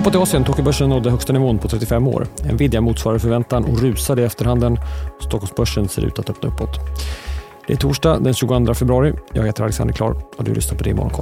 Uppåt i Asien, Tokyobörsen nådde högsta nivån på 35 år. Nvidia motsvarar förväntan och rusade i efterhanden. Stockholmsbörsen ser ut att öppna uppåt. Det är torsdag den 22 februari. Jag heter Alexander Klar och du lyssnar på det i Morgonkoll.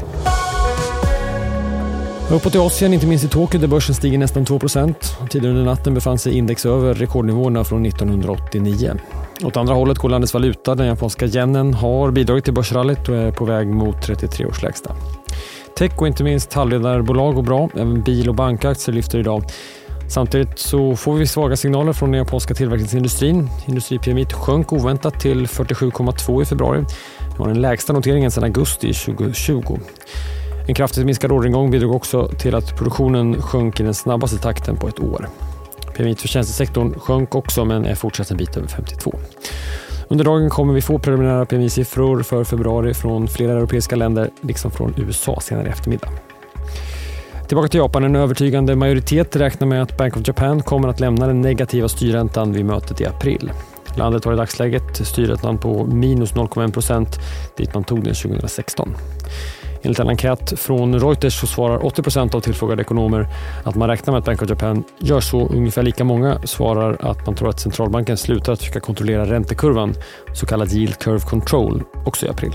Uppåt i Asien, inte minst i Tokyo där börsen stiger nästan 2%. Tidigare under natten befann sig index över rekordnivåerna från 1989. Åt andra hållet går landets valuta. Den japanska yenen har bidragit till börsrallyt och är på väg mot 33 års lägsta. Tech och inte minst halvledarbolag går bra. Även bil- och bankaktier lyfter idag. Samtidigt så får vi svaga signaler från den japanska tillverkningsindustrin. Industri-PMI sjönk oväntat till 47,2 i februari. Det var den lägsta noteringen sedan augusti 2020. En kraftigt minskad orderingång bidrog också till att produktionen sjönk i den snabbaste takten på ett år. PMI för tjänstesektorn sjönk också men är fortsatt en bit över 52. Under dagen kommer vi få preliminära PMI-siffror för februari från flera europeiska länder liksom från USA senare i eftermiddag. Tillbaka till Japan. En övertygande majoritet räknar med att Bank of Japan kommer att lämna den negativa styrräntan vid mötet i april. Landet har i dagsläget styrräntan på minus 0,1% dit man tog den 2016. Enligt en enkät från Reuters så svarar 80% av tillfrågade ekonomer att man räknar med att Bank of Japan gör så. Ungefär lika många svarar att man tror att centralbanken slutar att försöka kontrollera räntekurvan, så kallad yield curve control, också i april.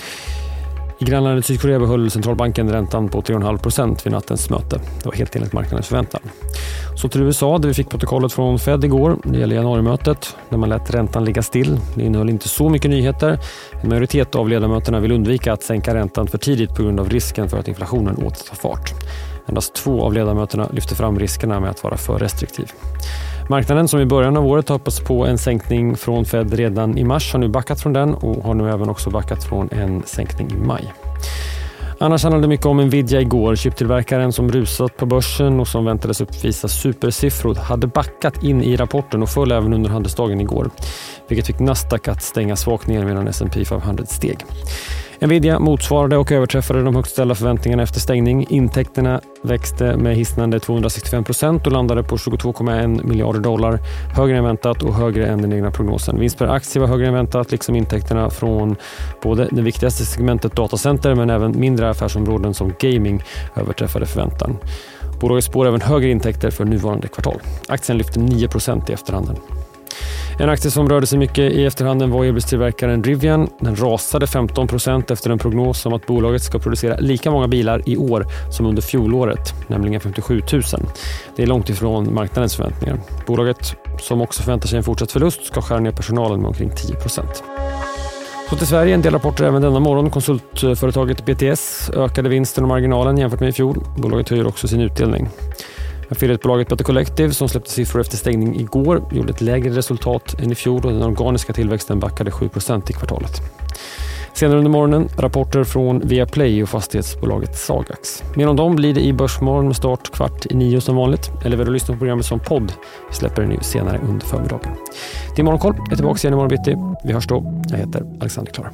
I grannlandet Sydkorea behöll centralbanken räntan på 3,5% vid nattens möte. Det var helt enligt marknadens förväntan. Så till USA där vi fick protokollet från Fed igår. Det gäller januarimötet där man lät räntan ligga still. Det innehöll inte så mycket nyheter. En majoritet av ledamöterna vill undvika att sänka räntan för tidigt på grund av risken för att inflationen återtar fart. Endast 2 av ledamöterna lyfter fram riskerna med att vara för restriktiv. Marknaden som i början av året hoppas på en sänkning från Fed redan i mars har nu backat från den och har nu även också backat från en sänkning i maj. Annars handlade det mycket om Nvidia igår. Chiptillverkaren som rusat på börsen och som väntades uppvisa supersiffror hade backat in i rapporten och föll även under handelsdagen igår. Vilket fick Nasdaq att stänga svagt ner medan S&P 500 steg. Nvidia motsvarade och överträffade de högt ställda förväntningarna efter stängning. Intäkterna växte med hisnande 265% och landade på 22,1 miljarder dollar. Högre än väntat och högre än den egna prognosen. Vinst per aktie var högre än väntat liksom intäkterna från både det viktigaste segmentet datacenter men även mindre affärsområden som gaming överträffade förväntan. Bolaget spår även högre intäkter för nuvarande kvartal. Aktien lyfte 9% i efterhanden. En aktie som rörde sig mycket i efterhanden var elbilstillverkaren Rivian. Den rasade 15% efter en prognos om att bolaget ska producera lika många bilar i år som under fjolåret, nämligen 57 000. Det är långt ifrån marknadens förväntningar. Bolaget, som också förväntar sig en fortsatt förlust, ska skära ner personalen med omkring 10%. Så till Sverige, en del rapporter även denna morgon. Konsultföretaget BTS ökade vinsten och marginalen jämfört med i fjol. Bolaget höjer också sin utdelning. Affiliatebolaget Better Collective som släppte siffror efter stängning igår gjorde ett lägre resultat än i fjol och den organiska tillväxten backade 7% i kvartalet. Senare under morgonen rapporter från Viaplay och fastighetsbolaget Sagax. Mer om dem blir det i Börsmorgon med start 8:45 som vanligt. Eller vill du lyssna på programmet som podd? Vi släpper den nu senare under förmiddagen. Det är Morgonkoll, jag är tillbaka igen i morgon bitti. Vi hörs då. Jag heter Alexander Klar.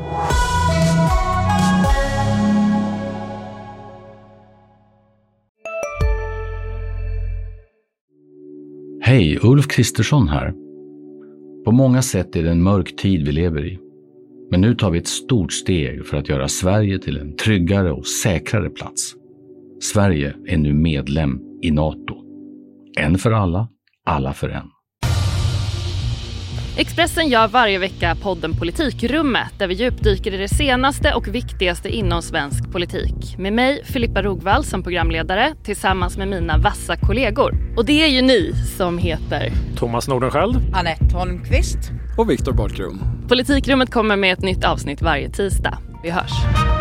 Hej, Ulf Kristersson här. På många sätt är det en mörk tid vi lever i. Men nu tar vi ett stort steg för att göra Sverige till en tryggare och säkrare plats. Sverige är nu medlem i NATO. En för alla, alla för en. Expressen gör varje vecka podden Politikrummet där vi djupdyker i det senaste och viktigaste inom svensk politik. Med mig, Filippa Rogvall, som programledare tillsammans med mina vassa kollegor. Och det är ju ni som heter Thomas Nordenskjöld, Anette Holmqvist och Viktor Bartgrum. Politikrummet kommer med ett nytt avsnitt varje tisdag. Vi hörs.